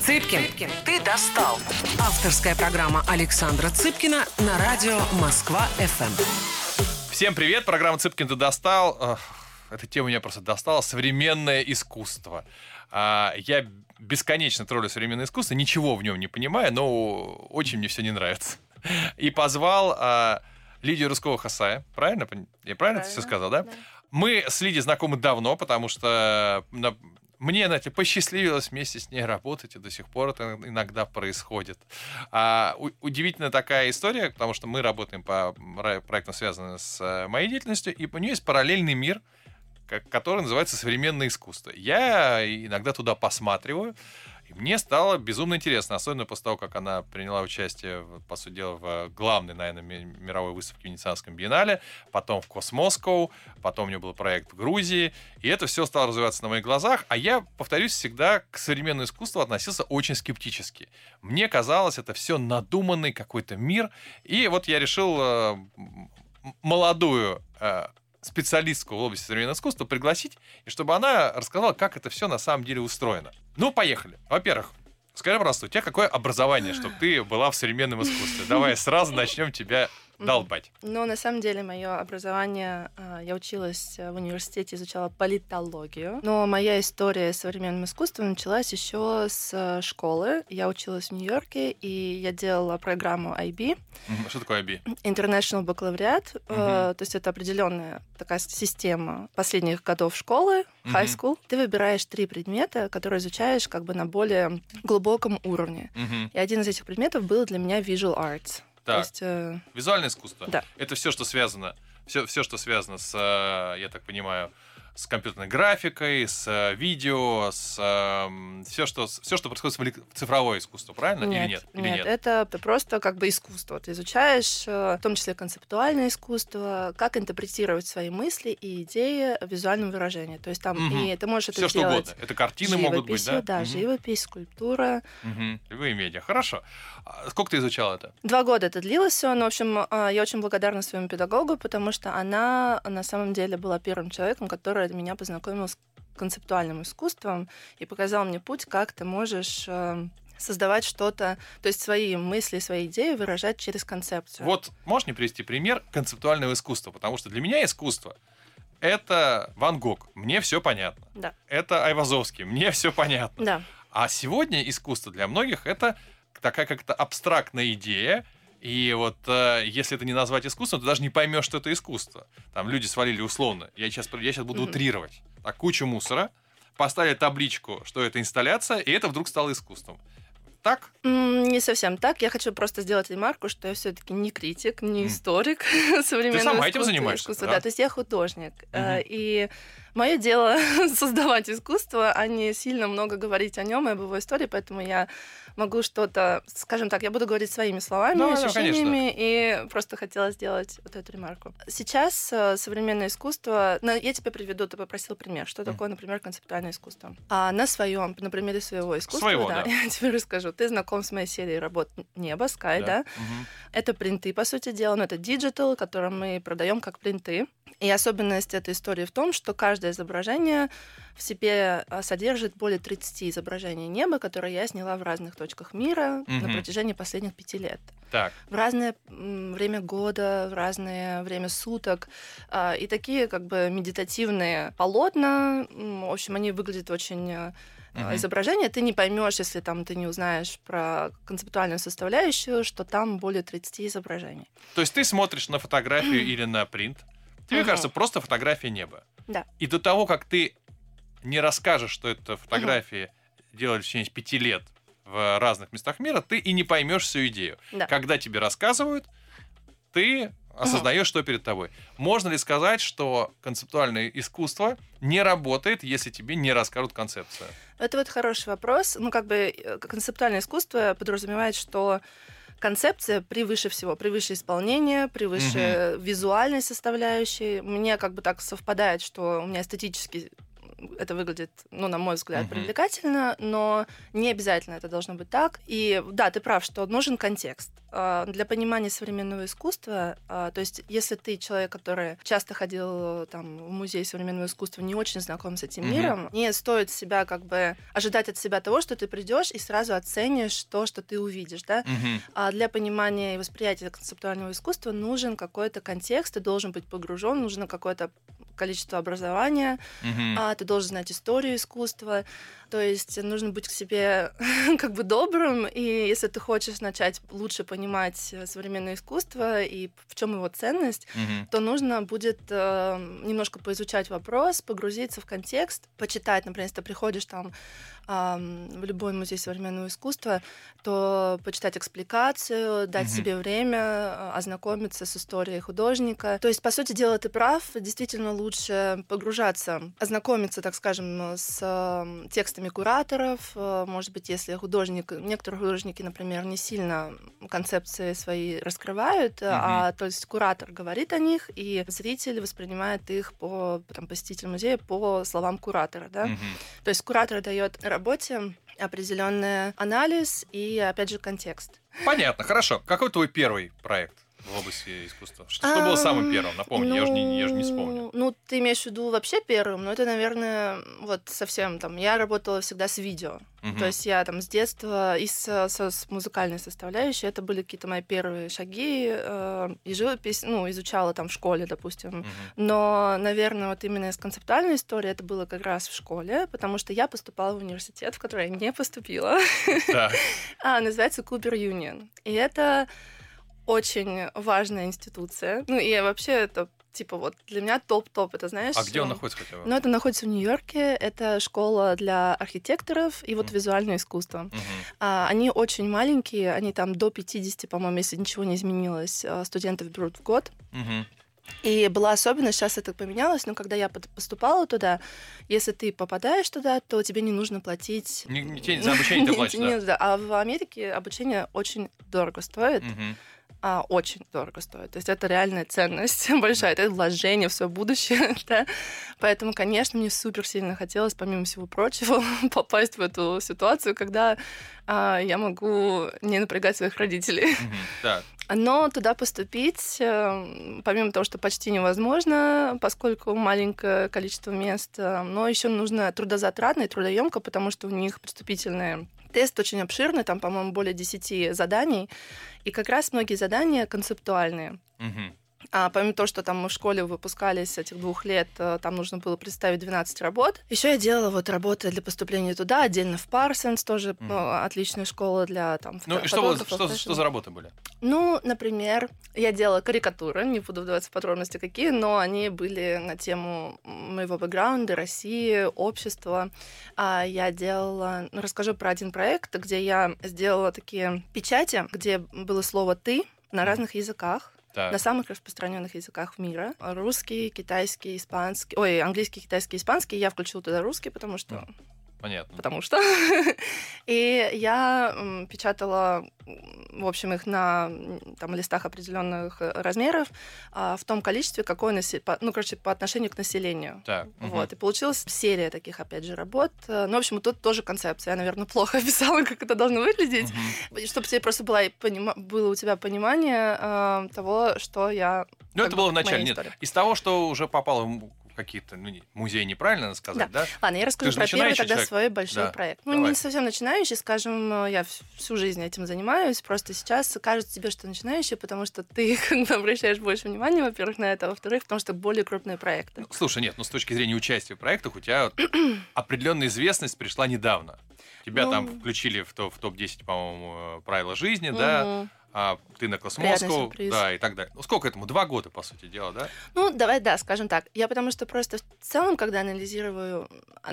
Цыпкин, ты достал. Авторская программа Александра Цыпкина на радио Москва-ФМ. Всем привет, программа «Цыпкин, ты достал». Эта тема меня просто достала. Современное искусство. Я бесконечно троллю современное искусство, ничего в нем не понимаю, но очень мне все не нравится. И позвал Лидию Рускову-Хасая. Правильно? Я правильно это все сказал, да? Мы с Лидией знакомы давно, потому что мне, знаете, посчастливилось вместе с ней работать, и до сих пор это иногда происходит. Удивительная такая история, потому что мы работаем по проектам, связанным с моей деятельностью, и у нее есть параллельный мир, который называется современное искусство. Я иногда туда посматриваю, и мне стало безумно интересно, особенно после того, как она приняла участие, по сути дела, в главной, наверное, мировой выставке в Венецианском биеннале, потом в Космоскоу, потом у нее был проект в Грузии, и это все стало развиваться на моих глазах, а я, повторюсь, всегда к современному искусству относился очень скептически. Мне казалось, это все надуманный какой-то мир, и вот я решил молодую специалистку в области современного искусства пригласить, и чтобы она рассказала, как это все на самом деле устроено. Ну, поехали. Во-первых, скажи, пожалуйста, у тебя какое образование, чтобы ты была в современном искусстве? Давай сразу начнем тебя долбать. Ну, на самом деле, мое образование, я училась в университете, изучала политологию, но моя история с современным искусством началась еще с школы. Я училась в Нью-Йорке, и я делала программу IB. Что такое IB? International Baccalaureate. То есть это определенная такая система последних годов школы, high school. Ты выбираешь 3 предмета, которые изучаешь как бы на более глубоком уровне. И один из этих предметов был для меня visual arts. Так, есть, визуальное искусство. Да. Это все, что связано, все, что связано с, я так понимаю, с компьютерной графикой, с видео, с все, что происходит в цифровое искусство, правильно? Нет, Или нет? Это просто как бы искусство. Ты изучаешь, в том числе концептуальное искусство, как интерпретировать свои мысли и идеи в визуальном выражении. То есть там и ты можешь это все, делать. Что угодно. Это картины могут быть, да? Да, живопись, скульптура. Любые медиа. Хорошо. Сколько ты изучал это? 2 года это длилось все. Но, в общем, я очень благодарна своему педагогу, потому что она на самом деле была первым человеком, который меня познакомил с концептуальным искусством и показал мне путь, как ты можешь создавать что-то, то есть свои мысли, свои идеи выражать через концепцию. Вот можешь мне привести пример концептуального искусства? Потому что для меня искусство — это Ван Гог, мне все понятно. Да. Это Айвазовский, мне все понятно. Да. А сегодня искусство для многих — это такая как-то абстрактная идея. И вот если это не назвать искусством, ты даже не поймешь, что это искусство. Там люди свалили условно. Я сейчас буду утрировать. Так, кучу мусора, поставили табличку, что это инсталляция, и это вдруг стало искусством. Так? Не совсем так. Я хочу просто сделать ремарку, что я все-таки не критик, не историк современного искусства. Ты сама этим занимаешься? Да, то есть я художник. И мое дело создавать искусство, а не сильно много говорить о нем и об его истории, поэтому я могу что-то, скажем так, я буду говорить своими словами, ощущениями, и просто хотела сделать вот эту ремарку. Сейчас современное искусство, я тебе приведу, ты попросил пример, что такое, например, концептуальное искусство. На примере своего искусства, я тебе расскажу. Ты знаком с моей серией работ «Небо», Sky, да? Это принты, по сути дела, но это диджитал, который мы продаем как принты. И особенность этой истории в том, что каждое изображение в себе содержит более 30 изображений неба, которые я сняла в разных точках мира на протяжении последних 5 лет. Так. В разное время года, в разное время суток. И такие как бы медитативные полотна, в общем, они выглядят очень... изображение, ты не поймешь, если там ты не узнаешь про концептуальную составляющую, что там более 30 изображений. То есть ты смотришь на фотографию или на принт, тебе кажется просто фотография неба. Да. И до того, как ты не расскажешь, что это фотографии делали в течение 5 лет в разных местах мира, ты и не поймешь всю идею. Да. Когда тебе рассказывают, ты осознаешь, что перед тобой. Можно ли сказать, что концептуальное искусство не работает, если тебе не расскажут концепцию? Это вот хороший вопрос. Ну, как бы концептуальное искусство подразумевает, что концепция превыше всего, превыше исполнения, превыше визуальной составляющей. Мне как бы так совпадает, что у меня эстетический это выглядит, ну, на мой взгляд, привлекательно, но не обязательно это должно быть так. И да, ты прав, что нужен контекст. Для понимания современного искусства, то есть если ты человек, который часто ходил там, в музей современного искусства, не очень знаком с этим миром, не стоит себя как бы ожидать от себя того, что ты придешь и сразу оценишь то, что ты увидишь. Да? А для понимания и восприятия концептуального искусства нужен какой-то контекст, ты должен быть погружен, нужно какое-то количество образования, ты должен знать историю искусства, то есть нужно быть к себе как бы добрым, и если ты хочешь начать лучше понимать современное искусство и в чем его ценность, то нужно будет немножко поизучать вопрос, погрузиться в контекст, почитать, например, если ты приходишь там в любой музей современного искусства, то почитать экспликацию, дать себе время, ознакомиться с историей художника. То есть, по сути дела, ты прав, действительно лучше погружаться, ознакомиться, так скажем, с текстами кураторов. Может быть, если некоторые художники, например, не сильно концепции свои раскрывают, то есть куратор говорит о них, и зритель воспринимает их посетитель музея по словам куратора. Да? То есть куратор дает работе определенный анализ и, опять же, контекст. Понятно, хорошо. Какой твой первый проект в области искусства? Что было самым первым? Напомни, я же не вспомню. Ну, ты имеешь в виду вообще первым, но это, наверное, вот совсем там... Я работала всегда с видео. То есть я там с детства и с музыкальной составляющей, это были какие-то мои первые шаги, и живопись, изучала там в школе, допустим. Но, наверное, вот именно из концептуальной истории это было как раз в школе, потому что я поступала в университет, в который я не поступила. Называется Купер Юнион. И это очень важная институция. Ну, и вообще это типа вот для меня топ-топ, это знаешь... А где он находится хотя бы? Ну, это находится в Нью-Йорке, это школа для архитекторов и вот визуальное искусство. Они очень маленькие, они там до 50, по-моему, если ничего не изменилось, студентов берут в год. И была особенность, сейчас это поменялось, но когда я поступала туда, если ты попадаешь туда, то тебе не нужно платить... За обучение ты платишь, да? А в Америке обучение очень дорого стоит. Очень дорого стоит. То есть это реальная ценность большая, это вложение в свое будущее. Да? Поэтому, конечно, мне супер сильно хотелось, помимо всего прочего, попасть в эту ситуацию, когда я могу не напрягать своих родителей. Но туда поступить, помимо того, что почти невозможно, поскольку маленькое количество мест, но еще нужно трудозатратно и трудоемко, потому что у них поступительные тест очень обширный, там, по-моему, более 10 заданий, и как раз многие задания концептуальные. Помимо того, что там мы в школе выпускались с этих 2 лет, там нужно было представить 12 работ. Еще я делала вот работы для поступления туда, отдельно в Parsons, тоже отличная школа для там фотографов. Что за работы были? Ну, например, я делала карикатуры, не буду вдаваться в подробности какие, но они были на тему моего бэкграунда, России, общества. Я делала, расскажу про один проект, где я сделала такие печати, где было слово «ты» на разных языках. На самых распространенных языках мира. Русский, китайский, испанский... английский, китайский, испанский. Я включила туда русский, потому что... Понятно. Потому что... И я печатала, в общем, их на листах определенных размеров в том количестве, какое по отношению к населению. Вот. И получилась серия таких, опять же, работ. Ну, в общем, тут тоже концепция. Я, наверное, плохо описала, как это должно выглядеть, чтобы тебе просто было у тебя понимание того, что я... Ну, это было в начале. Нет, из того, что уже попало в какие-то музеи, неправильно надо сказать, да? Ладно, я расскажу про первый тогда свой большой проект. Ну, давай. Не совсем начинающий, скажем, я всю жизнь этим занимаюсь, просто сейчас кажется тебе, что начинающий, потому что ты обращаешь больше внимания, во-первых, на это, во-вторых, потому что более крупные проекты. Слушай, нет, с точки зрения участия в проектах у тебя определенная известность пришла недавно. Тебя там включили в топ-10, по-моему, правила жизни, да? Ты на Москву, да, и так далее. Ну, сколько этому? 2 года, по сути дела, да? Ну, давай, да, скажем так. Я потому что просто в целом, когда анализирую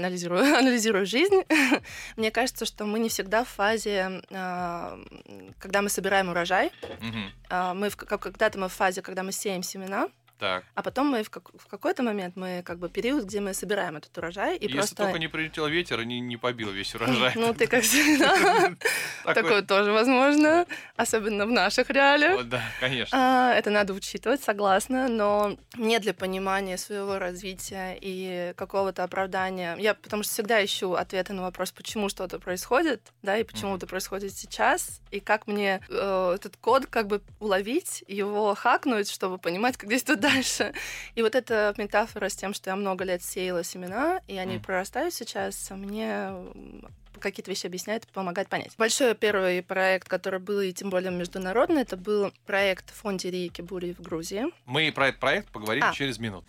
жизнь, мне кажется, что мы не всегда в фазе, когда мы собираем урожай. Когда-то мы в фазе, когда мы сеем семена, Так. А потом мы в какой-то момент мы как бы период, где мы собираем этот урожай. И Если просто... только не прилетел ветер и не побил весь урожай. Ну, ты как всегда. Такое тоже возможно, особенно в наших реалиях. Да, конечно. Это надо учитывать, согласна, но не для понимания своего развития и какого-то оправдания. Я потому что всегда ищу ответы на вопрос, почему что-то происходит, да, и почему это происходит сейчас, и как мне этот код как бы уловить, его хакнуть, чтобы понимать, как действовать дальше. И вот эта метафора с тем, что я много лет сеяла семена, и они прорастают сейчас, мне какие-то вещи объясняет, помогает понять. Большой первый проект, который был, и тем более международный, это был проект Фонди Рики Бури в Грузии. Мы про этот проект поговорим через минуту.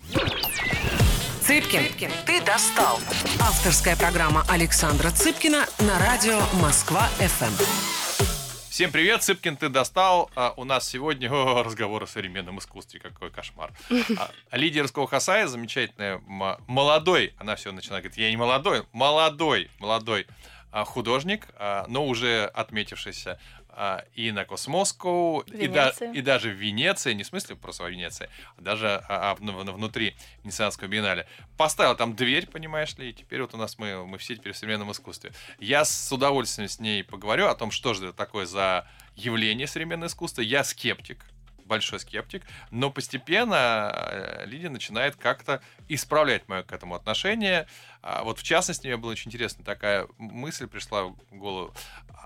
Цыпкин, ты достал. Авторская программа Александра Цыпкина на радио Москва-ФМ. Всем привет, Цыпкин, ты достал. У нас сегодня разговор о современном искусстве, какой кошмар. Лидия Рыскова Хасая, замечательная, молодой, она все начинает говорить, я не молодой художник, но уже отметившийся и на Космоску, и даже в Венеции, не в смысле просто в Венеции, а даже внутри Венецианского биеннале. Поставил там дверь, понимаешь ли, и теперь вот у нас мы все теперь в современном искусстве. Я с удовольствием с ней поговорю о том, что же это такое за явление современного искусства. Я скептик, большой скептик, но постепенно Лидия начинает как-то исправлять мое к этому отношение. Вот в частности, мне была очень интересная такая мысль, пришла в голову.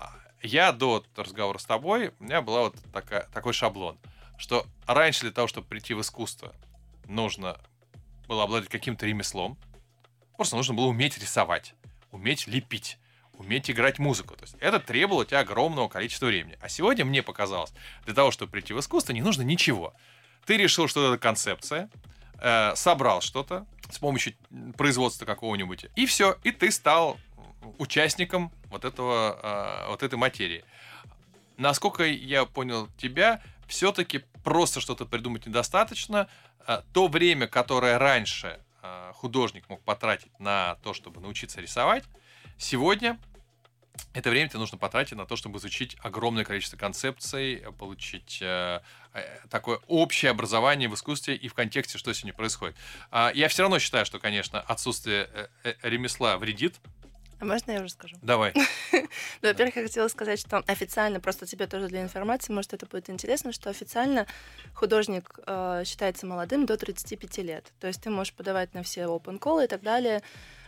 Я до разговора с тобой, у меня была вот такой шаблон, что раньше для того, чтобы прийти в искусство, нужно было обладать каким-то ремеслом, просто нужно было уметь рисовать, уметь лепить, уметь играть музыку. То есть это требовало от тебя огромного количества времени. А сегодня мне показалось, для того, чтобы прийти в искусство, не нужно ничего. Ты решил, что это концепция, собрал что-то с помощью производства какого-нибудь, и все, и ты стал участником вот этой материи. Насколько я понял тебя, все-таки просто что-то придумать недостаточно. То время, которое раньше художник мог потратить на то, чтобы научиться рисовать, сегодня это время тебе нужно потратить на то, чтобы изучить огромное количество концепций, получить такое общее образование в искусстве и в контексте, что сегодня происходит. Я все равно считаю, что, конечно, отсутствие ремесла вредит. А можно я уже скажу? Давай. Во-первых, я хотела сказать, что официально, просто тебе тоже для информации, может, это будет интересно, что официально художник считается молодым до 35 лет. То есть ты можешь подавать на все open call и так далее.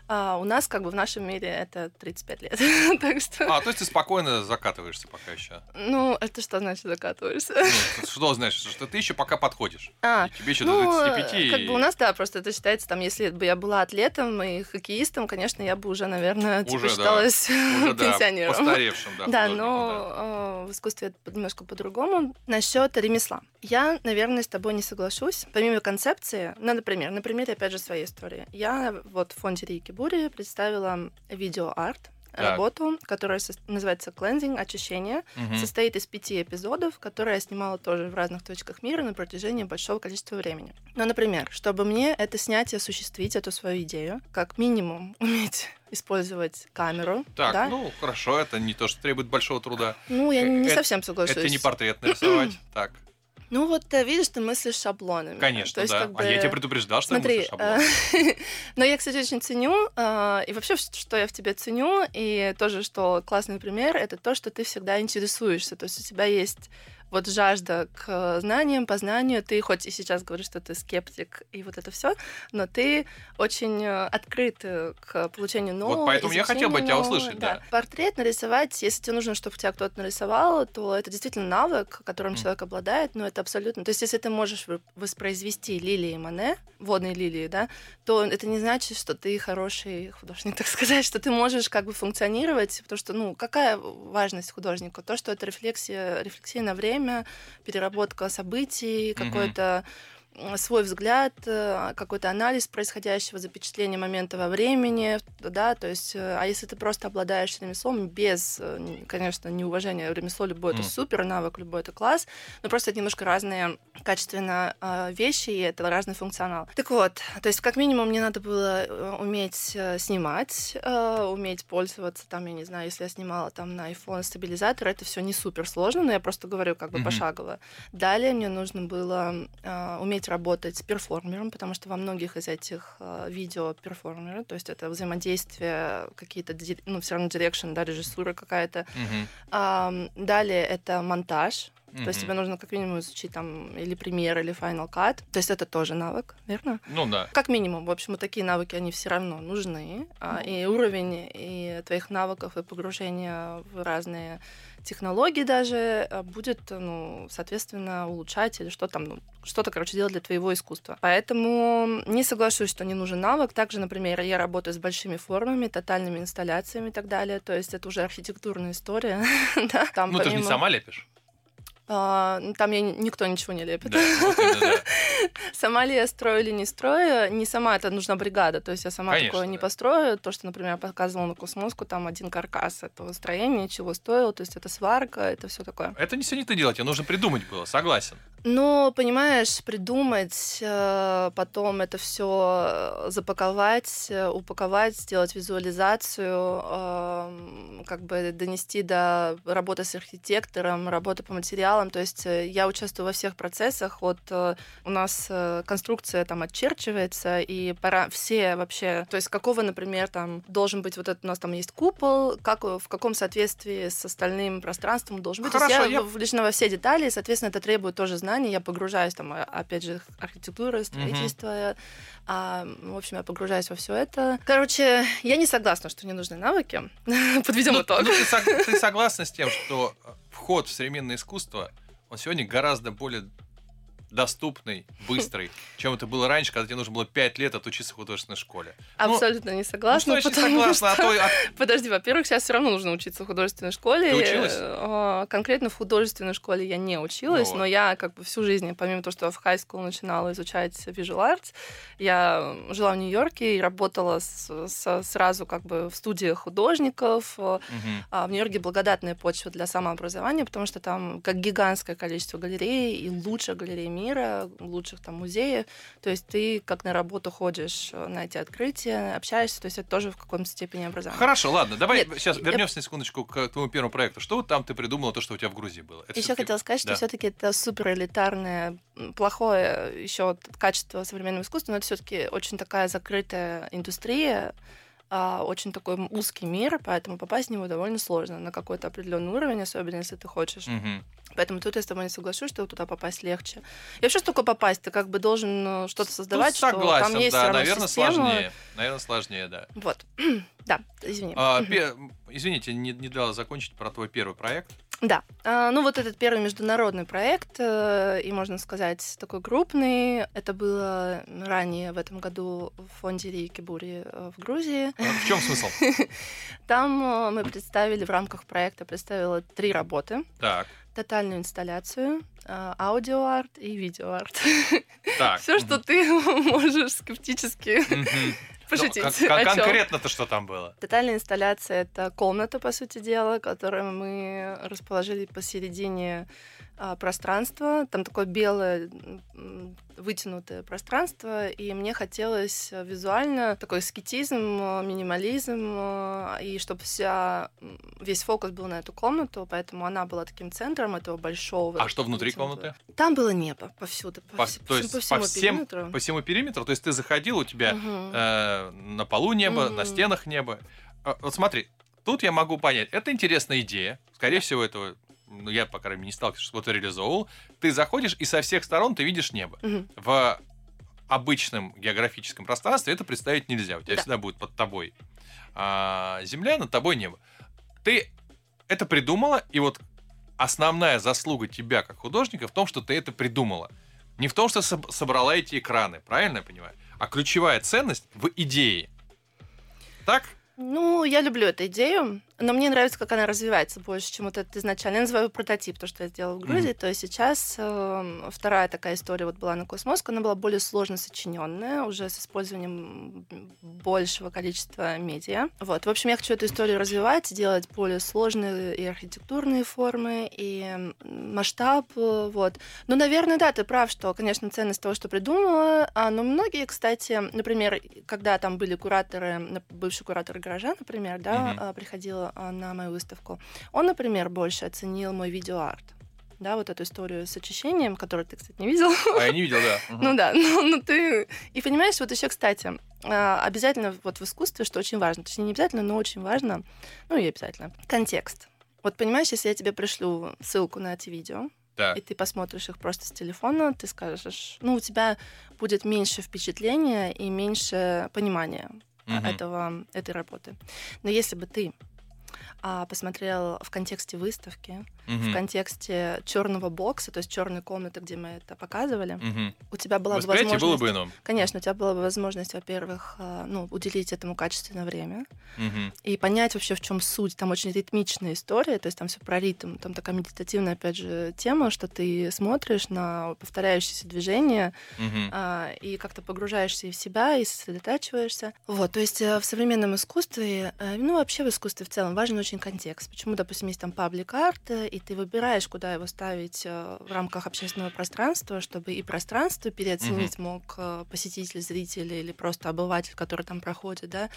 У нас, как бы в нашем мире, это 35 лет. Так что... то есть ты спокойно закатываешься пока еще? Ну, это что значит закатываешься? Ну, что значит? Что ты еще пока подходишь. Тебе еще до 35. Как бы у нас, да, просто это считается, там, если бы я была атлетом и хоккеистом, конечно, я бы уже, наверное, считалась пенсионером. Постаревшим, да. Да, но в искусстве это немножко по-другому. Насчет ремесла. Я, наверное, с тобой не соглашусь. Помимо концепции, например, на примере, опять же, своей истории. Я вот в фонде Рики Бури представила видеоарт, работу, которая называется «Cleansing», очищение, состоит из 5 эпизодов, которые я снимала тоже в разных точках мира на протяжении большого количества времени. Но, например, чтобы мне это снять и осуществить, эту свою идею, как минимум уметь использовать камеру. Так, да? ну, хорошо, это не то, что требует большого труда. Ну, я не совсем соглашусь. Это не портрет нарисовать, так. Ну вот, видишь, ты мыслишь шаблонами. Конечно, то есть, да. как бы... А я тебя предупреждал, что Смотри, я мыслю шаблонами. но я, кстати, очень ценю, и вообще, что я в тебе ценю, и тоже, что классный пример, это то, что ты всегда интересуешься, то есть у тебя есть вот жажда к знаниям, познанию. Ты хоть и сейчас говоришь, что ты скептик и вот это все, но ты очень открыт к получению нового. Вот поэтому я хотел бы тебя услышать, да. Портрет нарисовать, если тебе нужно, чтобы тебя кто-то нарисовал, то это действительно навык, которым человек обладает, но это абсолютно... То есть если ты можешь воспроизвести лилии Мане, водные лилии, да, то это не значит, что ты хороший художник, так сказать, что ты можешь как бы функционировать, потому что, ну, какая важность художника? То, что это рефлексия на время, переработка событий, какой-то свой взгляд, какой-то анализ происходящего, запечатление момента во времени, да, то есть, а если ты просто обладаешь ремеслом без, конечно, неуважения, ремесло любое это супер, навык любой это класс, но просто это немножко разные качественно вещи, и это разный функционал. Так вот, то есть как минимум мне надо было уметь снимать, уметь пользоваться, там, я не знаю, если я снимала там на iPhone стабилизатор, это все не супер сложно, но я просто говорю как бы пошагово. Далее мне нужно было уметь уметь работать с перформером, потому что во многих из этих видео перформеры, то есть это взаимодействие, какие-то, все равно дирекшн, да, режиссура какая-то. Далее это монтаж. То есть тебе нужно как минимум изучить там или Premiere, или Final Cut. То есть это тоже навык, верно? Ну да. Как минимум, в общем, вот такие навыки, они все равно нужны. И уровень и твоих навыков, и погружения в разные технологии даже будет, соответственно, улучшать или что там, что-то, короче, делать для твоего искусства. Поэтому не соглашусь, что не нужен навык. Также, например, я работаю с большими формами, тотальными инсталляциями и так далее. То есть это уже архитектурная история. Ты же не сама лепишь? Там никто ничего не лепит. Да, вот это да. Сама ли я строю или не строю, не сама, это нужна бригада. То есть я сама такое не построю. То, что, например, я показывала на Космоску, там один каркас этого строения, чего стоило. То есть это сварка, это все такое. Это не все не ты делать, тебе нужно придумать было, согласен. Ну, понимаешь, придумать, потом это все запаковать, упаковать, сделать визуализацию, как бы донести до работы с архитектором, работы по материалам. То есть я участвую во всех процессах. Вот у нас конструкция там отчерчивается, и пора все вообще... То есть какого, например, там должен быть вот этот... У нас там есть купол, в каком соответствии с остальным пространством должен быть. Хорошо, то есть я вовлечена во все детали, и, соответственно, это требует тоже знаний. Я погружаюсь там, опять же, архитектура, строительство. В общем, я погружаюсь во все это. Короче, я не согласна, что не нужны навыки. Подведем итог. Ты согласна с тем, что вход в современное искусство, он сегодня гораздо более доступный, быстрый, чем это было раньше, когда тебе нужно было 5 лет отучиться в художественной школе. Абсолютно не согласна. Ну, что значит не согласна? Подожди, во-первых, сейчас все равно нужно учиться в художественной школе. Ты училась? Конкретно в художественной школе я не училась, но я как бы всю жизнь, помимо того, что я в high school начинала изучать visual arts, я жила в Нью-Йорке и работала сразу как бы в студиях художников. В Нью-Йорке благодатная почва для самообразования, потому что там как гигантское количество галерей и лучших галерей мира, лучших там музеев. То есть ты как на работу ходишь на эти открытия, общаешься, то есть это тоже в какой-то степени образование. Хорошо, ладно, давай сейчас вернемся на секундочку к твоему первому проекту. Что там ты придумала, то, что у тебя в Грузии было? Еще хотела сказать, что все-таки это супер элитарное, плохое еще качество современного искусства, но это все-таки очень такая закрытая индустрия, очень такой узкий мир, поэтому попасть в него довольно сложно на какой-то определенный уровень, особенно если ты хочешь. Поэтому тут я с тобой не соглашусь, что туда попасть легче. И вообще, что такое попасть? Ты как бы должен что-то создавать, тут согласен, что там есть да, наверное, система. сложнее. Наверное, сложнее, да. Вот. Да, извини. Извините, не дала закончить про твой первый проект. Да. Ну, вот этот первый международный проект, и, можно сказать, такой крупный. Это было ранее в этом году в фонде Рики Бури в Грузии. В чем смысл? Там мы представили в рамках проекта 3 работы. Так. Тотальную инсталляцию, аудиоарт и видеоарт. Так. Все, что ты можешь скептически пошутить. Конкретно-то что там было? Тотальная инсталляция — это комната, по сути дела, которую мы расположили посередине пространства. Там такое белое вытянутое пространство, и мне хотелось визуально такой аскетизм, минимализм, и чтобы весь фокус был на эту комнату, поэтому она была таким центром этого большого. А что внутри комнаты? Там было небо повсюду, по всему периметру. По всему периметру? То есть ты заходил, у тебя на полу небо, на стенах небо. Вот смотри, тут я могу понять, это интересная идея, скорее всего, этого... я, по крайней мере, не сталкивался, что-то реализовывал, ты заходишь, и со всех сторон ты видишь небо. В обычном географическом пространстве это представить нельзя. У тебя всегда будет под тобой земля, над тобой небо. Ты это придумала, и вот основная заслуга тебя, как художника, в том, что ты это придумала. Не в том, что собрала эти экраны, правильно я понимаю? А ключевая ценность в идее. Так? Ну, я люблю эту идею, но мне нравится, как она развивается больше, чем вот этот изначально. Я называю его прототип, то, что я сделала в Грузии. То есть сейчас вторая такая история вот была на Космоску, она была более сложно сочиненная, уже с использованием большего количества медиа. Вот. В общем, я хочу эту историю развивать, делать более сложные и архитектурные формы, и масштаб. Вот. Ну, наверное, да, ты прав, что, конечно, ценность того, что придумала, но многие, кстати, например, когда там были кураторы, бывший куратор «Гаража», например, да, приходила на мою выставку, он, например, больше оценил мой видеоарт. да, вот эту историю с очищением, которую ты, кстати, не видел. А я не видел, да. Ну да, ну ты... И понимаешь, вот еще, кстати, обязательно вот в искусстве, что очень важно, точнее, не обязательно, но очень важно, ну и обязательно, контекст. Вот понимаешь, если я тебе пришлю ссылку на эти видео, и ты посмотришь их просто с телефона, ты скажешь, ну, у тебя будет меньше впечатления и меньше понимания этой работы. Но если бы ты посмотрел в контексте выставки, в контексте черного бокса, то есть черной комнаты, где мы это показывали, у тебя была бы возможность... было бы иным. Конечно, у тебя была бы возможность, во-первых, уделить этому качественное время и понять вообще, в чем суть. Там очень ритмичная история, то есть там все про ритм, там такая медитативная, опять же, тема, что ты смотришь на повторяющиеся движения и как-то погружаешься и в себя, и сосредотачиваешься. Вот, то есть в современном искусстве, ну вообще в искусстве в целом важен очень контекст. Почему, допустим, есть там паблик-арт, и ты выбираешь, куда его ставить в рамках общественного пространства, чтобы и пространство переоценить мог посетитель, зритель или просто обыватель, который там проходит, да,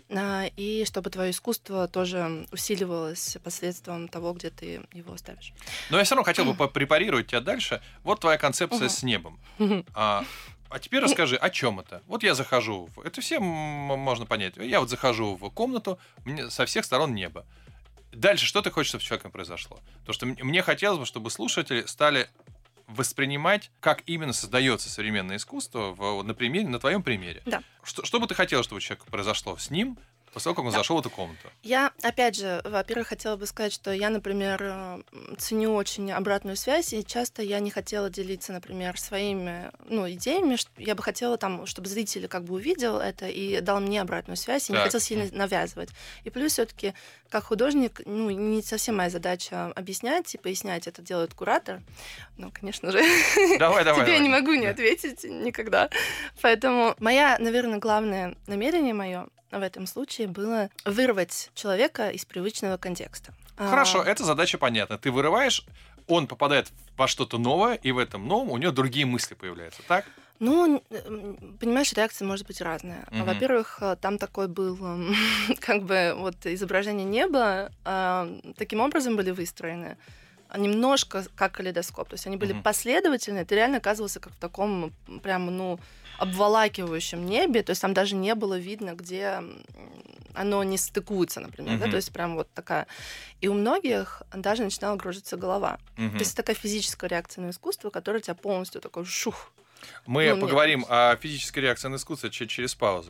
и чтобы твое искусство тоже усиливалось посредством того, где ты его ставишь. Но я все равно хотел бы препарировать тебя дальше. Вот твоя концепция с небом. А теперь расскажи, о чем это? Вот я захожу, это всем можно понять. Я вот захожу в комнату, мне со всех сторон небо. Дальше что ты хочешь, чтобы с человеком произошло? Потому что мне хотелось бы, чтобы слушатели стали воспринимать, как именно создается современное искусство на твоем примере. Да. Что бы ты хотела, чтобы у человека произошло с ним, после того, как он зашел в эту комнату? Я, опять же, во-первых, хотела бы сказать, что я, например, ценю очень обратную связь, и часто я не хотела делиться, например, своими идеями. Я бы хотела, чтобы зритель как бы увидел это и дал мне обратную связь, и не хотел сильно навязывать. И плюс все-таки как художник, не совсем моя задача объяснять и пояснять, это делает куратор. Ну, конечно же, тебе я не могу не ответить никогда. Поэтому наверное, главное намерение мое в этом случае было вырвать человека из привычного контекста. Хорошо, эта задача понятна. Ты вырываешь, он попадает во что-то новое, и в этом новом у него другие мысли появляются, так? Ну, понимаешь, реакция может быть разная. Во-первых, там такой был, как бы, вот изображение неба, таким образом были выстроены, немножко как калейдоскоп. То есть они были последовательны, ты реально оказывался как в таком прям, обволакивающем небе, то есть там даже не было видно, где оно не стыкуется, например, да, то есть прям вот такая. И у многих даже начинала кружиться голова. То есть это такая физическая реакция на искусство, которая тебя полностью такой шух. Мы поговорим о физической реакции на искусство через паузу.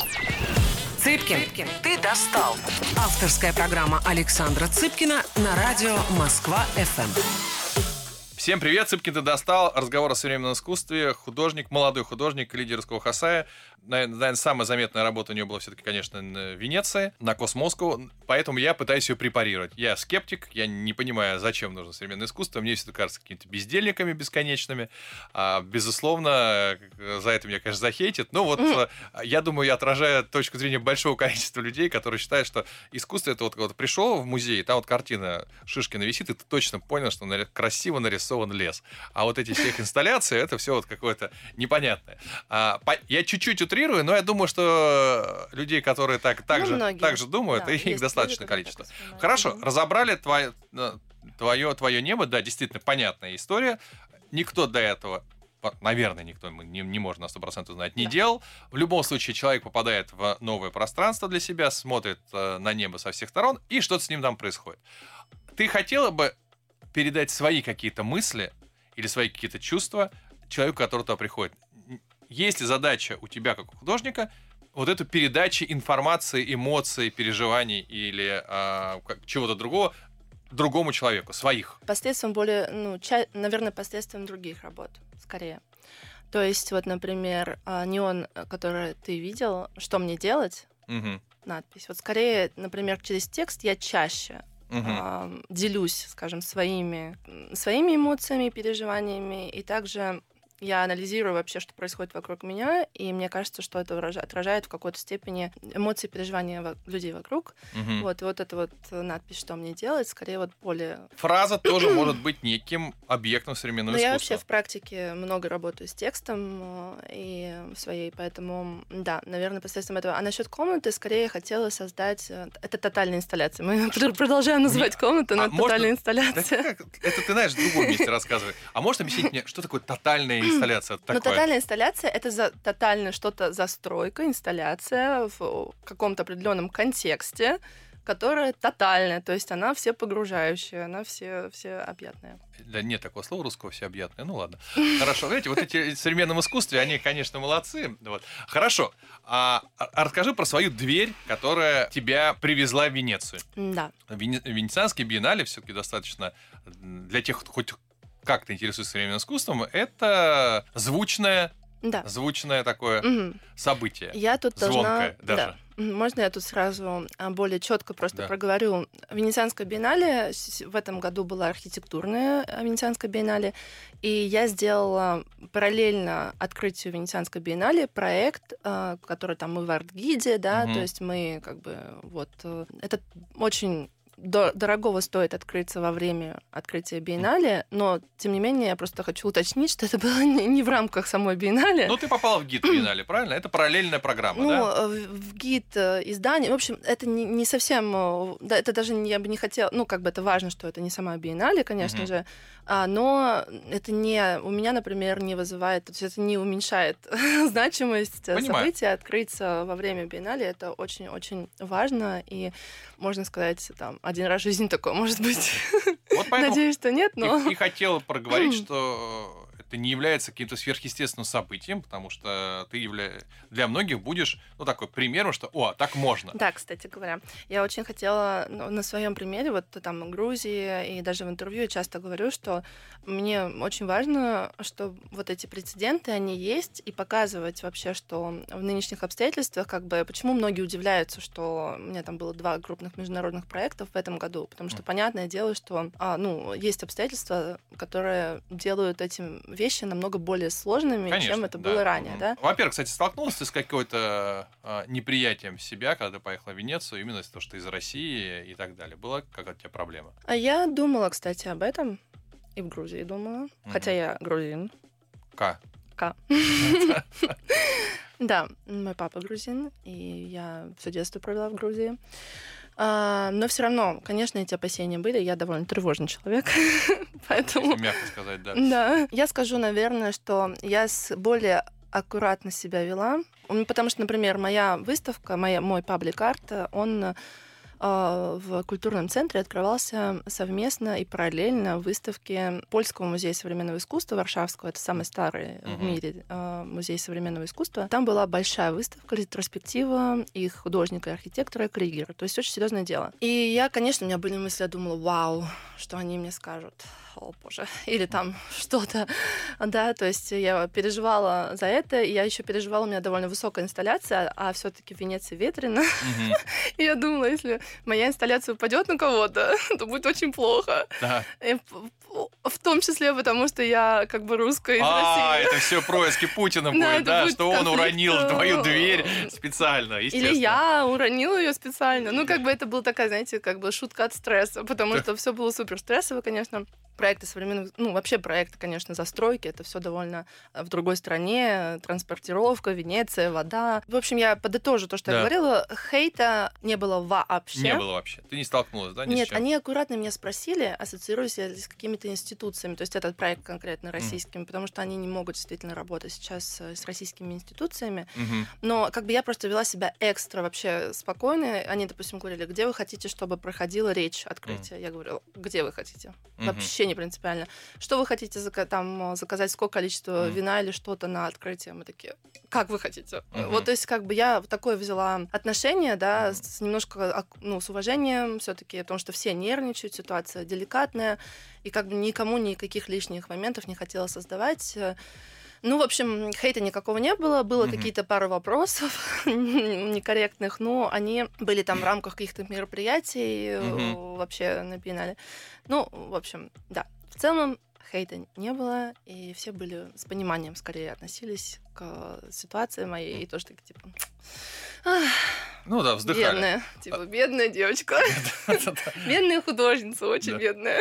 Цыпкин, ты достал. Авторская программа Александра Цыпкина на радио Москва-ФМ. Всем привет, Цыпкин, ты достал. Разговор о современном искусстве. Художник, молодой художник, лидер Хасая. Наверное, самая заметная работа у нее была все-таки, конечно, в Венеции, на Космоску. Поэтому я пытаюсь ее препарировать. Я скептик, я не понимаю, зачем нужно современное искусство. Мне все это кажется какими-то бездельниками бесконечными. Безусловно, за это меня, конечно, захейтят. Но вот я думаю, я отражаю точку зрения большого количества людей, которые считают, что искусство — это вот пришел в музей, там вот картина Шишкина висит, и ты точно понял, что красиво нарисован лес. А вот эти всех инсталляции, это все вот какое-то непонятное. Я чуть-чуть утрирую, но я думаю, что людей, которые так же думают, да, их достаточное количество. Хорошо, разобрали твое небо, да, действительно понятная история. Никто до этого, наверное, никто, мы не можем на 100% знать, не делал. В любом случае, человек попадает в новое пространство для себя, смотрит на небо со всех сторон, и что-то с ним там происходит. Ты хотела бы передать свои какие-то мысли или свои какие-то чувства человеку, который туда приходит? Есть ли задача у тебя, как у художника, вот эту передачу информации, эмоций, переживаний или чего-то другому человеку, своих? Посредством наверное, посредством других работ, скорее. То есть, вот, например, неон, который ты видел, «Что мне делать?» Надпись. Вот скорее, например, через текст я чаще делюсь, скажем, своими эмоциями, переживаниями, и также я анализирую вообще, что происходит вокруг меня, и мне кажется, что это отражает в какой-то степени эмоции, переживания людей вокруг. Вот, и вот эта вот надпись «Что мне делать?» скорее вот более... Фраза тоже может быть неким объектом современного искусства. Я вообще в практике много работаю с текстом и своей, поэтому, да, наверное, посредством этого. А насчет комнаты, скорее, я хотела создать... Это тотальная инсталляция. Мы продолжаем называть комнату, но это тотальная инсталляция. Это ты знаешь, в другом месте рассказывай. А можешь объяснить мне, что такое тотальная инсталляция? Ну, тотальная инсталляция — это тотальная что-то застройка, инсталляция в каком-то определенном контексте, которая тотальная, то есть она всепогружающая, она всеобъятная. Да нет такого слова русского всеобъятное. Ну ладно. Хорошо. Видите, вот эти в современном искусстве, они, конечно, молодцы. Вот. Хорошо. А расскажи про свою дверь, которая тебя привезла в Венецию. Да. Венецианский биеннале все-таки достаточно для тех, кто хоть как-то интересуется современным искусством, это звучное такое событие. Я тут звонкое должна... даже. Да. Можно я тут сразу более четко просто проговорю? Венецианское биеннале, в этом году была архитектурная Венецианское биеннале, и я сделала параллельно открытию Венецианской биеннале проект, который там мы в арт-гиде, да, то есть мы как бы вот... Это очень... дорогого стоит открыться во время открытия биеннале, но, тем не менее, я просто хочу уточнить, что это было не в рамках самой биеннале. Ну, ты попала в гид биеннале, правильно? Это параллельная программа, да? В гид издания. В общем, это не совсем... Да, это даже я бы не хотела... Ну, как бы это важно, что это не сама биеннале, конечно же, но это не... У меня, например, не вызывает... То есть это не уменьшает значимость события. Открыться во время биеннале — это очень-очень важно, и, можно сказать, там, один раз в жизни такое может быть. Вот Надеюсь, что нет, но... И хотела проговорить, что это не является каким-то сверхъестественным событием, потому что ты для многих будешь, ну, такой примером, что, так можно. Да, кстати говоря. Я очень хотела на своем примере, вот там в Грузии и даже в интервью я часто говорю, что мне очень важно, что вот эти прецеденты, они есть, и показывать вообще, что в нынешних обстоятельствах, как бы, почему многие удивляются, что у меня там было 2 крупных международных проектов в этом году, потому что, понятное дело, что, есть обстоятельства, которые делают эти вещи намного более сложными, конечно, чем это было ранее, да? Во-первых, кстати, столкнулась ты с какой-то неприятием себя, когда ты поехала в Венецию, именно из-за того, что ты из России и так далее. Была какая-то у тебя проблема? А я думала, кстати, об этом. И в Грузии думала. Хотя я грузин. К. Да, мой папа грузин, и я все детство провела в Грузии. Но все равно, конечно, эти опасения были. Я довольно тревожный человек, поэтому... Мягко сказать, да. Да. Я скажу, наверное, что я более аккуратно себя вела, потому что, например, моя выставка, мой паблик-арт, он в культурном центре открывался совместно и параллельно в выставке Польского музея современного искусства Варшавского. Это самый старый в мире музей современного искусства. Там была большая выставка, ретроспектива их художника и архитектора Кригера. То есть очень серьезное дело. И я, конечно, у меня были мысли, я думала, вау, что они мне скажут. О, боже. Или там что-то. Да, то есть я переживала за это. И я еще переживала, у меня довольно высокая инсталляция, а все-таки в Венеции ветрено. И я думала, если моя инсталляция упадет на кого-то, то будет очень плохо. В том числе потому, что я как бы русская из России. Это все происки Путина будет, да, что он уронил твою дверь специально, естественно. Или я уронила ее специально. Ну, как бы это была такая, знаете, как бы шутка от стресса, потому что все было супер стрессово, конечно. Проекты современных, вообще проекты, конечно, застройки, это все довольно в другой стране, транспортировка, Венеция, вода. В общем, я подытожу то, что я говорила. Хейта не было вообще. Не было вообще. Ты не столкнулась, да, ни Нет, с чем? они аккуратно меня спросили, ассоциируюсь ли с какими-то институциями, то есть этот проект конкретно российскими, потому что они не могут действительно работать сейчас с российскими институциями. Но как бы я просто вела себя экстра вообще спокойно. Они, допустим, говорили, где вы хотите, чтобы проходила речь открытия? Я говорила, где вы хотите? Вообще не принципиально. Что вы хотите заказать, сколько количество вина или что-то на открытие? Мы такие, как вы хотите? Вот, то есть, как бы я такое взяла отношение, да, с немножко, с уважением все-таки, потому что все нервничают, ситуация деликатная, и как бы никому никаких лишних моментов не хотела создавать. В общем, хейта никакого не было. Было какие-то пару вопросов некорректных, но они были там в рамках каких-то мероприятий вообще на биеннале. В общем, да. В целом, хейта не было, и все были с пониманием скорее относились к ситуации моей, и тоже так, типа... Ну да, вздыхали. Бедная, типа, бедная девочка. Бедная художница, очень бедная.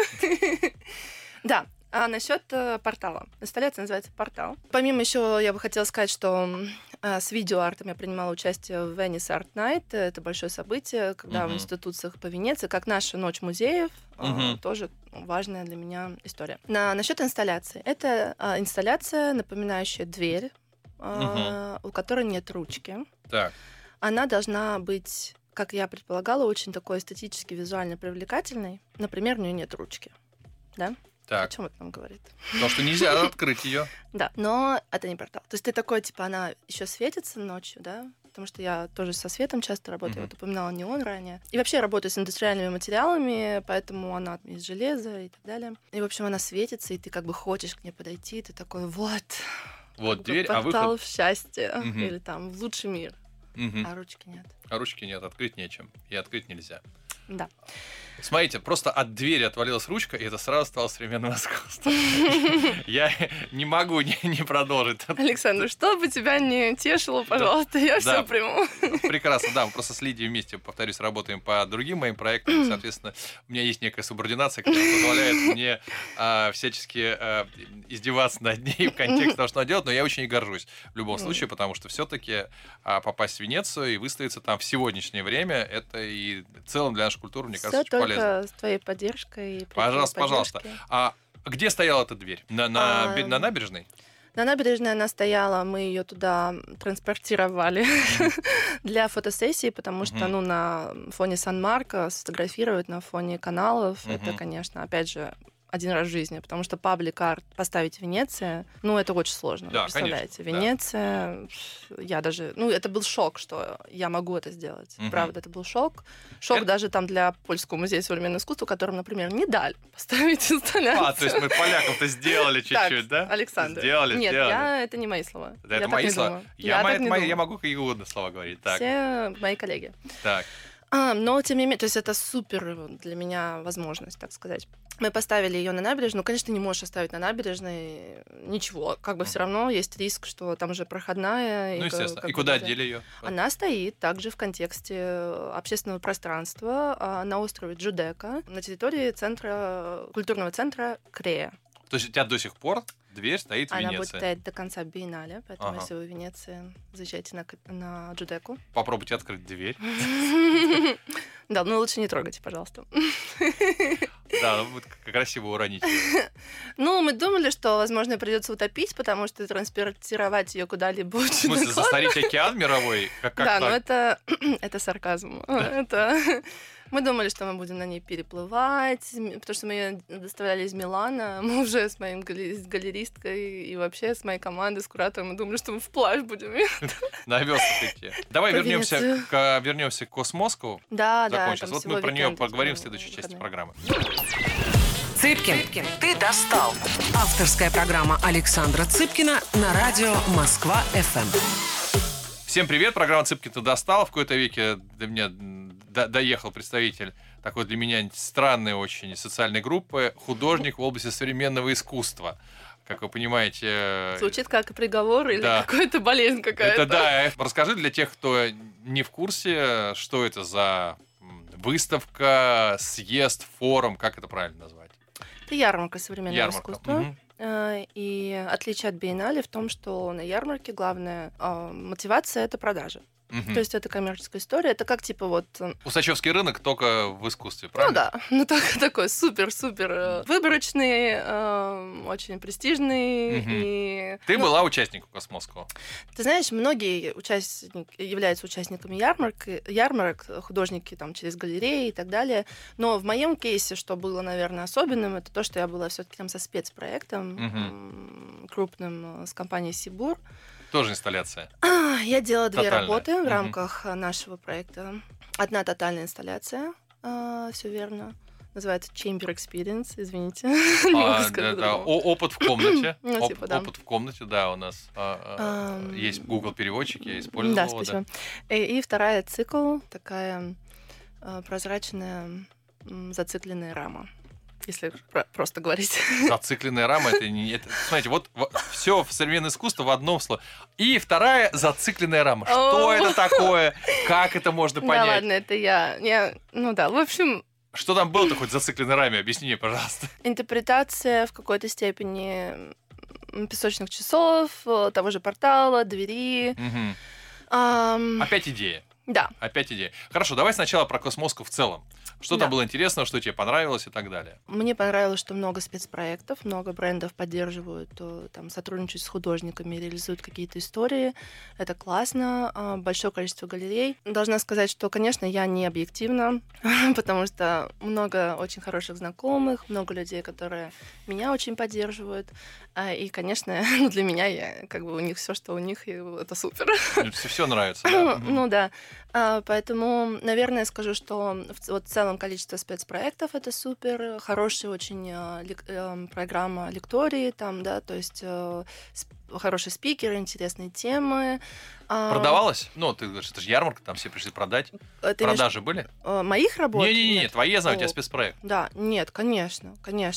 Да. А насчет портала. Инсталляция называется «Портал». Помимо еще, я бы хотела сказать, что с видеоартом я принимала участие в Venice Art Night. Это большое событие, когда в институциях по Венеции, как наша ночь музеев, тоже важная для меня история. Насчет инсталляции. Это инсталляция, напоминающая дверь, у которой нет ручки. Так. Она должна быть, как я предполагала, очень такой эстетически, визуально привлекательной. Например, у нее нет ручки. Да? Так. О чем это нам говорит? Потому что нельзя открыть ее. Да, но это не портал. То есть ты такой, типа, она еще светится ночью, да? Потому что я тоже со светом часто работаю. Я вот упоминала неон ранее. И вообще работаю с индустриальными материалами, поэтому она из железа и так далее. И, в общем, она светится, и ты как бы хочешь к ней подойти, ты такой, вот дверь, а портал выход... в счастье. Или там в лучший мир. А ручки нет. А ручки нет, открыть нечем. И открыть нельзя. Да. Смотрите, просто от двери отвалилась ручка, и это сразу стало современным искусством. Я не могу не продолжить. Александр, что бы тебя не тешило, пожалуйста, я все приму. Прекрасно, да, мы просто с Лидией вместе, повторюсь, работаем по другим моим проектам, соответственно, у меня есть некая субординация, которая позволяет мне всячески издеваться над ней в контексте того, что она делает, но я очень ей горжусь в любом случае, потому что все-таки попасть в Венецию и выставиться там в сегодняшнее время, это и в целом для нашей культуры, мне кажется, очень полезно. С твоей поддержкой. Пожалуйста. А где стояла эта дверь? На набережной? На набережной она стояла, мы ее туда транспортировали для фотосессии, потому что, на фоне Сан-Марко сфотографировать на фоне каналов, это, конечно, опять же, один раз в жизни, потому что паблик-арт поставить в Венеции, это очень сложно, да, представляете. Конечно, Венеция, я даже... это был шок, что я могу это сделать. Правда, это был шок. Шок даже там для Польского музея современного искусства, которым, например, не дали поставить инсталляцию. То есть мы полякам-то сделали чуть-чуть, да? Александр. Сделали. Нет, это не мои слова. Да, это мои слова. Я могу какие угодно слова говорить. Так. Все мои коллеги. Так. Но, тем не менее, то есть это супер для меня возможность, так сказать. Мы поставили ее на набережную. Конечно, не можешь оставить на набережной ничего. Как бы все равно есть риск, что там же проходная. Естественно. И куда отдели ее? Она стоит также в контексте общественного пространства на острове Джудека, на территории культурного центра Крея. То есть у тебя до сих пор дверь стоит в Венеции? Она будет стоять до конца биеннале, поэтому если вы в Венеции, заезжайте на Джудеку. Попробуйте открыть дверь. Да, лучше не трогайте, пожалуйста. Да, будет красиво уронить. Мы думали, что, возможно, придется утопить, потому что транспортировать ее куда-либо очень В смысле, засорить океан мировой? Да, но это сарказм. Мы думали, что мы будем на ней переплывать, потому что мы ее доставляли из Милана. Мы уже с моим галеристкой и вообще с моей командой, с куратором, мы думали, что мы вплавь будем. На вёслах идти. Давай вернемся к Космоску. Да. Вот мы про нее поговорим в следующей части программы. Цыпкин, ты достал. Авторская программа Александра Цыпкина на радио Москва-ФМ. Всем привет, программа «Цыпкин, ты достал». В какой-то веке до меня доехал представитель такой для меня странной очень социальной группы, художник в области современного искусства. Как вы понимаете... Звучит как приговор или какая-то болезнь какая-то. Это да. Расскажи для тех, кто не в курсе, что это за выставка, съезд, форум, как это правильно назвать? Это ярмарка современного искусства. И отличие от биеннале в том, что на ярмарке главная мотивация — это продажа. То есть это коммерческая история. Это как типа вот... Усачевский рынок только в искусстве, правильно? Такой супер-супер выборочный, очень престижный. И... Ты была участником Космосского? Ты знаешь, многие являются участниками ярмарок, художники там через галереи и так далее. Но в моем кейсе, что было, наверное, особенным, это то, что я была все-таки там со спецпроектом крупным с компанией Сибур. Тоже инсталляция? Я делала две работы в рамках нашего проекта. Одна тотальная инсталляция, все верно. Называется Chamber Experience, извините. Опыт в комнате. Опыт в комнате, да, у нас есть Google переводчик, я использовал его. Да, спасибо. И вторая цикл, такая прозрачная зацикленная рама. если просто говорить. Зацикленная рама, это не... Смотрите, вот все в современном искусстве в одном слове. И вторая зацикленная рама. Что это такое? Как это можно понять? Да ладно, это я... Ну да, в общем... Что там было-то хоть в зацикленной раме? Объясни мне, пожалуйста. Интерпретация в какой-то степени песочных часов, того же портала, двери. Опять идея. Да. Опять идея. Хорошо, давай сначала про Космоску в целом. Что там было интересного, что тебе понравилось и так далее? Мне понравилось, что много спецпроектов, много брендов поддерживают, там, сотрудничают с художниками, реализуют какие-то истории. Это классно. Большое количество галерей. Должна сказать, что, конечно, я не объективна, потому что много очень хороших знакомых, много людей, которые меня очень поддерживают. И, конечно, для меня у них все, что у них, это супер. Все нравится, да? Ну да. Поэтому, наверное, скажу, что в целом количество спецпроектов это супер, хорошая очень программа лектории там, да, то есть хорошие спикеры, интересные темы. Продавалось? Ну, ты говоришь, это же ярмарка, там все пришли продать. Продажи были? Моих работ? Не, твои, я знаю, у тебя спецпроект. Да, нет, конечно.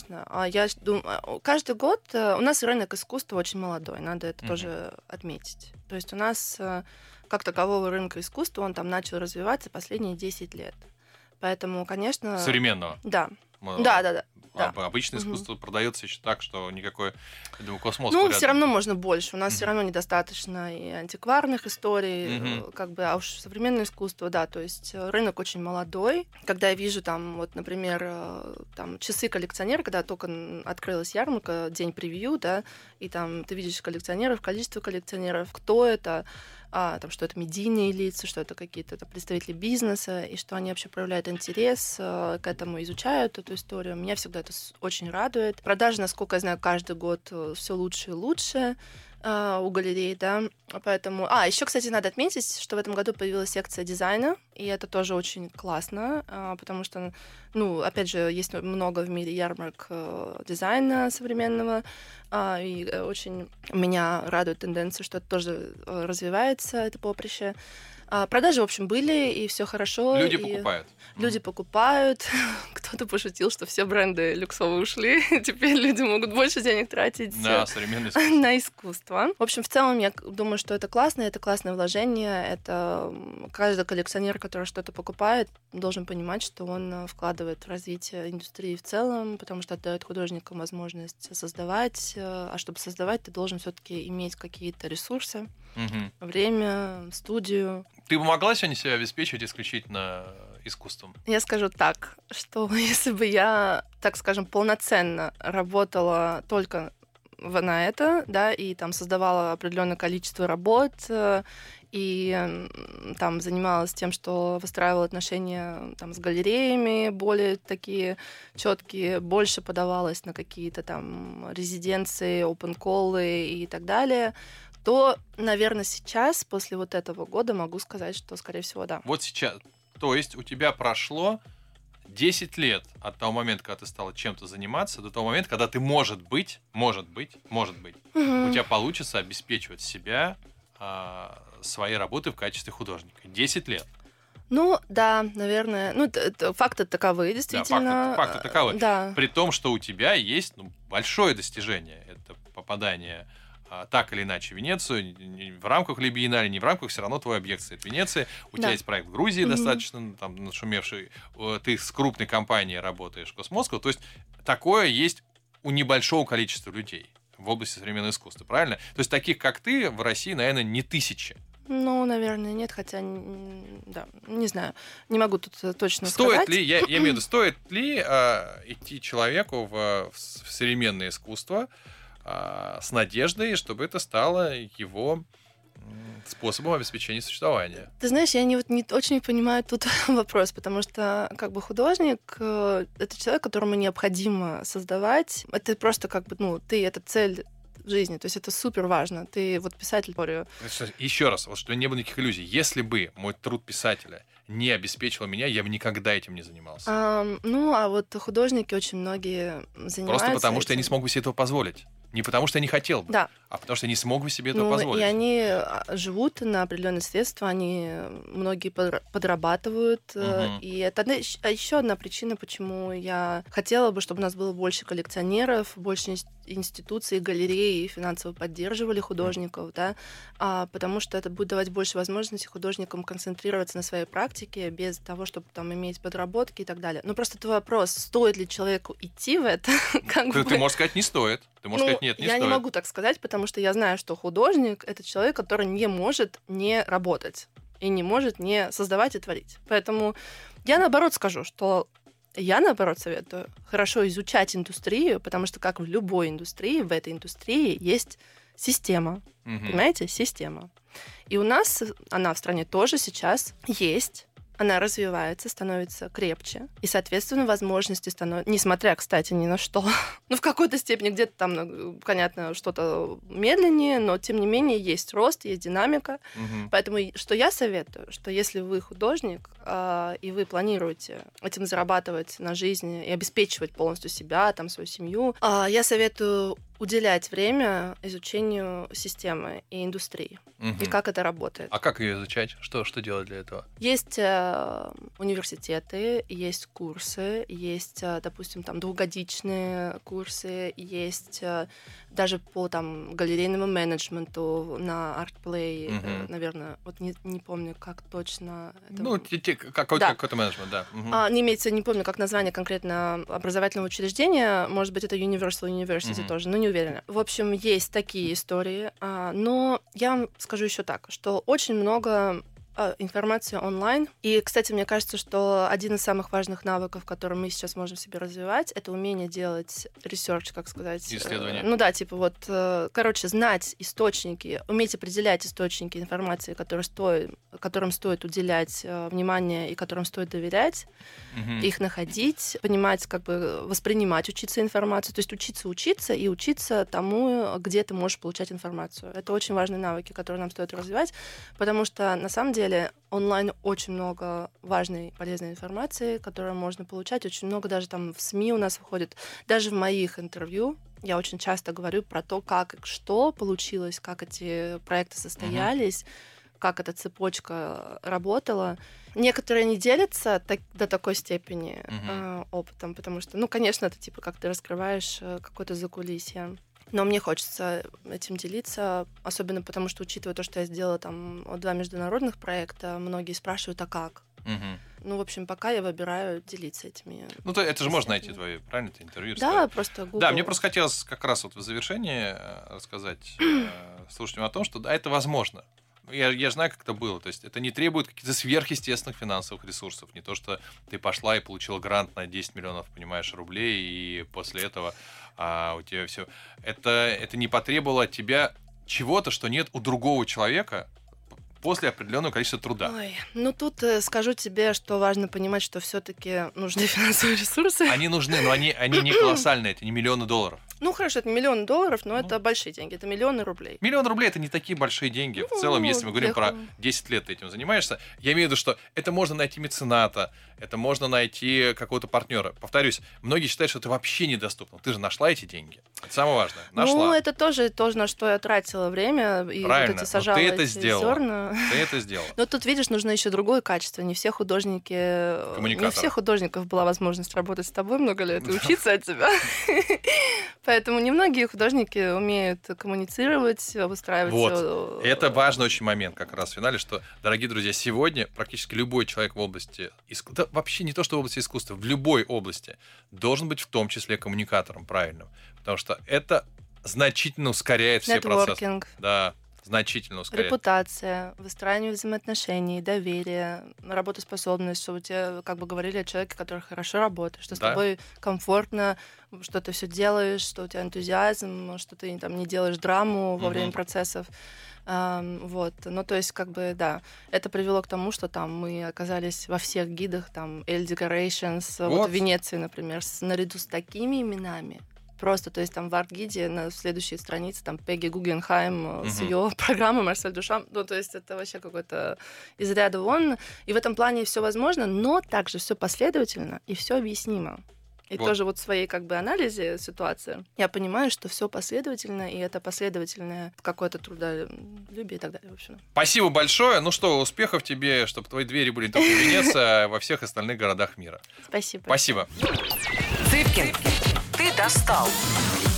Я думаю, каждый год у нас рынок искусства очень молодой, надо это тоже отметить. То есть у нас как такового рынка искусства, он там начал развиваться последние 10 лет. Поэтому, конечно... Современного? Да. Да. Обычное искусство продается еще так, что никакой, я думаю, космос. Ну, все равно можно больше. У нас все равно недостаточно и антикварных историй, а уж современное искусство, да. То есть рынок очень молодой. Когда я вижу там, вот, например, там часы коллекционера, когда только открылась ярмарка, день превью, да, и там ты видишь коллекционеров, количество коллекционеров, кто это, там, что это медийные лица, что это какие-то представители бизнеса, и что они вообще проявляют интерес к этому, изучают эту историю. Меня всегда это очень радует. Продажи, насколько я знаю, каждый год все лучше и лучше у галерей, да, поэтому... еще, кстати, надо отметить, что в этом году появилась секция дизайна, и это тоже очень классно, потому что, опять же, есть много в мире ярмарок дизайна современного, и очень меня радует тенденция, что это тоже развивается, это поприще. Продажи, в общем, были, и все хорошо. Люди покупают. Люди покупают. Кто-то пошутил, что все бренды люксовые ушли. Теперь люди могут больше денег тратить на искусство. В общем, в целом, я думаю, что это классно, это классное вложение. Это каждый коллекционер, который что-то покупает, должен понимать, что он вкладывает в развитие индустрии в целом, потому что это дает художникам возможность создавать. А чтобы создавать, ты должен все-таки иметь какие-то ресурсы, время, студию. Ты бы могла сегодня себя обеспечивать исключительно искусством? Я скажу так, что если бы я, так скажем, полноценно работала только на это, да, и там создавала определенное количество работ, и там занималась тем, что выстраивала отношения там с галереями более такие четкие, больше подавалась на какие-то там резиденции, open-коллы и так далее, то, наверное, сейчас, после вот этого года, могу сказать, что, скорее всего, да. Вот сейчас. То есть у тебя прошло 10 лет от того момента, когда ты стала чем-то заниматься, до того момента, когда ты, может быть, у тебя получится обеспечивать себя своей работой в качестве художника. 10 лет. Ну, да, наверное. Факты таковы, действительно. Да, факты таковы. Да. При том, что у тебя есть большое достижение. Это попадание так или иначе в Венецию, в рамках ли биеннале, не в рамках, все равно твой объект стоит в Венеции. У тебя есть проект в Грузии достаточно там нашумевший. Ты с крупной компанией работаешь в Космоску. То есть такое есть у небольшого количества людей в области современного искусства, правильно? То есть таких, как ты, в России, наверное, не тысячи. Ну, наверное, нет, хотя, да, не знаю, не могу тут точно сказать. Я имею в виду, стоит ли идти человеку в современное искусство с надеждой, чтобы это стало его способом обеспечения существования? Ты знаешь, я не очень понимаю тут вопрос, потому что как бы художник — это человек, которому необходимо создавать. Это просто как бы, это цель жизни, то есть это супер важно. Ты вот писатель. Еще раз, вот чтобы не было никаких иллюзий. Если бы мой труд писателя не обеспечивал меня, я бы никогда этим не занимался. А вот художники очень многие занимаются Просто потому, что я этим. не смог бы себе этого позволить. Не потому что я не хотел бы, Да. а потому что я не смог бы себе этого позволить. И они живут на определенные средства, они многие подрабатывают. И это еще одна причина, почему я хотела бы, чтобы у нас было больше коллекционеров, больше институций, галереи финансово поддерживали художников, да, потому что это будет давать больше возможностей художникам концентрироваться на своей практике без того, чтобы там иметь подработки и так далее. Но просто твой вопрос, стоит ли человеку идти в это? Ты можешь сказать, не стоит. Ты можешь сказать, нет, не стоит. Я не могу так сказать, потому что я знаю, что художник — это человек, который не может не работать и не может не создавать и творить. Поэтому я, наоборот, скажу, что я, наоборот, советую хорошо изучать индустрию, потому что, как в любой индустрии, в этой индустрии есть система. Понимаете? Система. И у нас, она в стране тоже сейчас есть. Она развивается, становится крепче, и, соответственно, возможности становятся, несмотря, кстати, ни на что, ну, в какой-то степени где-то там, понятно, что-то медленнее, но, тем не менее, есть рост, есть динамика. Поэтому что я советую, что если вы художник, и вы планируете этим зарабатывать на жизнь и обеспечивать полностью себя, там, свою семью, я советую уделять время изучению системы и индустрии, и как это работает. А как ее изучать? Что делать для этого? Есть университеты, есть курсы, есть, допустим, там двухгодичные курсы, есть даже по там галерейному менеджменту на ArtPlay, наверное, вот не помню, как точно. Это... Ну, какой-то менеджмент, да. Не имеется, не помню, как название конкретно образовательного учреждения, может быть, это Universal University тоже, но не уверена. В общем, есть такие истории, но я вам скажу еще так, что очень много информации онлайн. И, кстати, мне кажется, что один из самых важных навыков, который мы сейчас можем себе развивать, это умение делать research, как сказать. Исследования. Ну да, типа вот, короче, знать источники, уметь определять источники информации, которым стоит уделять внимание и которым стоит доверять, их находить, понимать, как бы воспринимать, учиться информацию, то есть учиться и учиться тому, где ты можешь получать информацию. Это очень важные навыки, которые нам стоит развивать, потому что на самом деле онлайн очень много важной, полезной информации, которую можно получать. Очень много даже там в СМИ у нас выходит. Даже в моих интервью я очень часто говорю про то, как и что получилось, как эти проекты состоялись, как эта цепочка работала. Некоторые не делятся до такой степени опытом, потому что, ну, конечно, это типа как ты раскрываешь какое-то закулисье. Но мне хочется этим делиться, особенно потому, что, учитывая то, что я сделала там 2 международных проекта, многие спрашивают, а как? Ну, в общем, пока я выбираю делиться этими. Ну, это же можно найти твои, правильно, ты интервью? Да, просто Google. Да, мне просто хотелось как раз вот в завершении рассказать слушателям о том, что да, это возможно. Я знаю, как это было. То есть это не требует каких-то сверхъестественных финансовых ресурсов. Не то, что ты пошла и получила грант на 10 миллионов, понимаешь, рублей, и после этого у тебя все. Это не потребовало от тебя чего-то, что нет у другого человека после определенного количества труда. Ой, ну тут скажу тебе, что важно понимать, что все-таки нужны финансовые ресурсы. Они нужны, но они не колоссальные, это не миллионы долларов. Ну хорошо, это $1 миллион, но это большие деньги, это миллионы рублей. $1 миллион это не такие большие деньги. В целом, если мы говорим про 10 лет ты этим занимаешься, я имею в виду, что это можно найти мецената, это можно найти какого-то партнера. Повторюсь, многие считают, что это вообще недоступно. Ты же нашла эти деньги. Это самое важное. Нашла. Ну, это тоже, на что я тратила время. И правильно, вот эти сажала ты это эти сделала. зерна. Ты это сделала. Но тут, видишь, нужно еще другое качество. Не все художники... Не у всех художников была возможность работать с тобой много лет и учиться от тебя. Поэтому немногие художники умеют коммуницировать, выстраивать... Вот. Это важный очень момент как раз в финале, что, дорогие друзья, сегодня практически любой человек в области искусства, да, вообще не то, что в области искусства, в любой области должен быть в том числе коммуникатором правильным. Потому что это значительно ускоряет все процессы. Нетворкинг. Да, значительно ускоряет. Репутация, выстраивание взаимоотношений, доверие, работоспособность, чтобы тебе как бы говорили о человеке, который хорошо работает, что с тобой комфортно, что ты все делаешь, что у тебя энтузиазм, что ты там не делаешь драму во время процессов. Вот. Ну, то есть, как бы, да, это привело к тому, что там мы оказались во всех гидах, там, Elle Decorations, вот в Венеции, например, наряду с такими именами. Просто, то есть там в арт-гиде на следующей странице там Пегги Гугенхайм с ее программой Марсель Дюшам. Ну, то есть это вообще какой-то из ряда вон. И в этом плане все возможно, но также все последовательно и все объяснимо. И тоже вот в своей как бы анализе ситуации я понимаю, что все последовательно, и это последовательное какое-то трудолюбие и так далее. В общем. Спасибо большое. Ну что, успехов тебе, чтобы твои двери были не только в Венеции, а во всех остальных городах мира. Спасибо. Спасибо. Цыпкин, ты достал.